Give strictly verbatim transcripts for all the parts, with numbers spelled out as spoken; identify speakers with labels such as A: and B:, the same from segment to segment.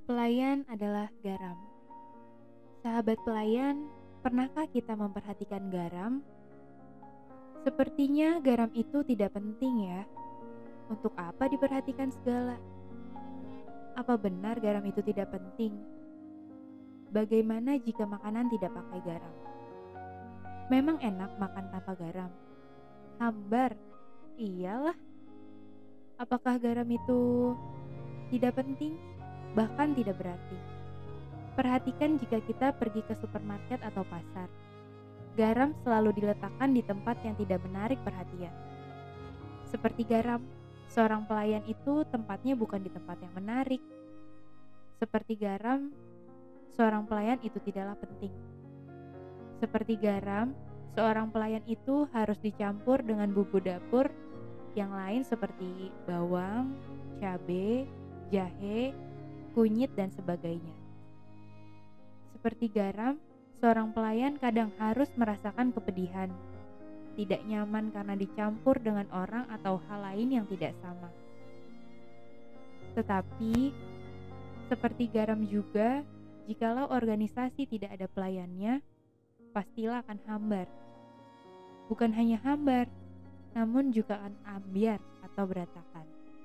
A: Pelayan adalah garam. Sahabat pelayan, pernahkah kita memperhatikan garam? Sepertinya garam itu tidak penting ya. Untuk apa diperhatikan segala? Apa benar garam itu tidak penting? Bagaimana jika makanan tidak pakai garam? Memang enak makan tanpa garam. Hambar, iyalah. Apakah garam itu tidak penting? Bahkan tidak berarti. Perhatikan jika kita pergi ke supermarket atau pasar. Garam selalu diletakkan di tempat yang tidak menarik perhatian. Seperti garam, seorang pelayan itu tempatnya bukan di tempat yang menarik. Seperti garam, seorang pelayan itu tidaklah penting. Seperti garam, seorang pelayan itu harus dicampur dengan bumbu dapur yang lain seperti bawang, cabai, jahe, kunyit, dan sebagainya. Seperti garam, seorang pelayan kadang harus merasakan kepedihan, tidak nyaman karena dicampur dengan orang atau hal lain yang tidak sama. Tetapi, seperti garam juga, jikalau organisasi tidak ada pelayannya, pastilah akan hambar. Bukan hanya hambar, namun juga akan ambyar atau berantakan.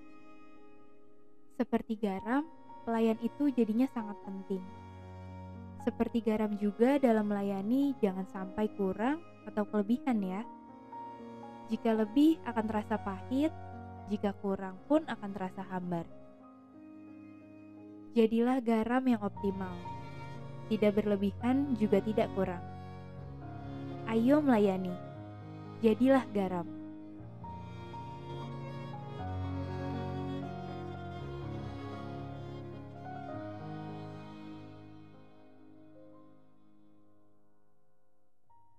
A: Seperti garam, pelayan itu jadinya sangat penting. Seperti garam juga dalam melayani, jangan sampai kurang atau kelebihan ya. Jika lebih akan terasa pahit, jika kurang pun akan terasa hambar. Jadilah garam yang optimal, tidak berlebihan juga tidak kurang. Ayo melayani, jadilah garam.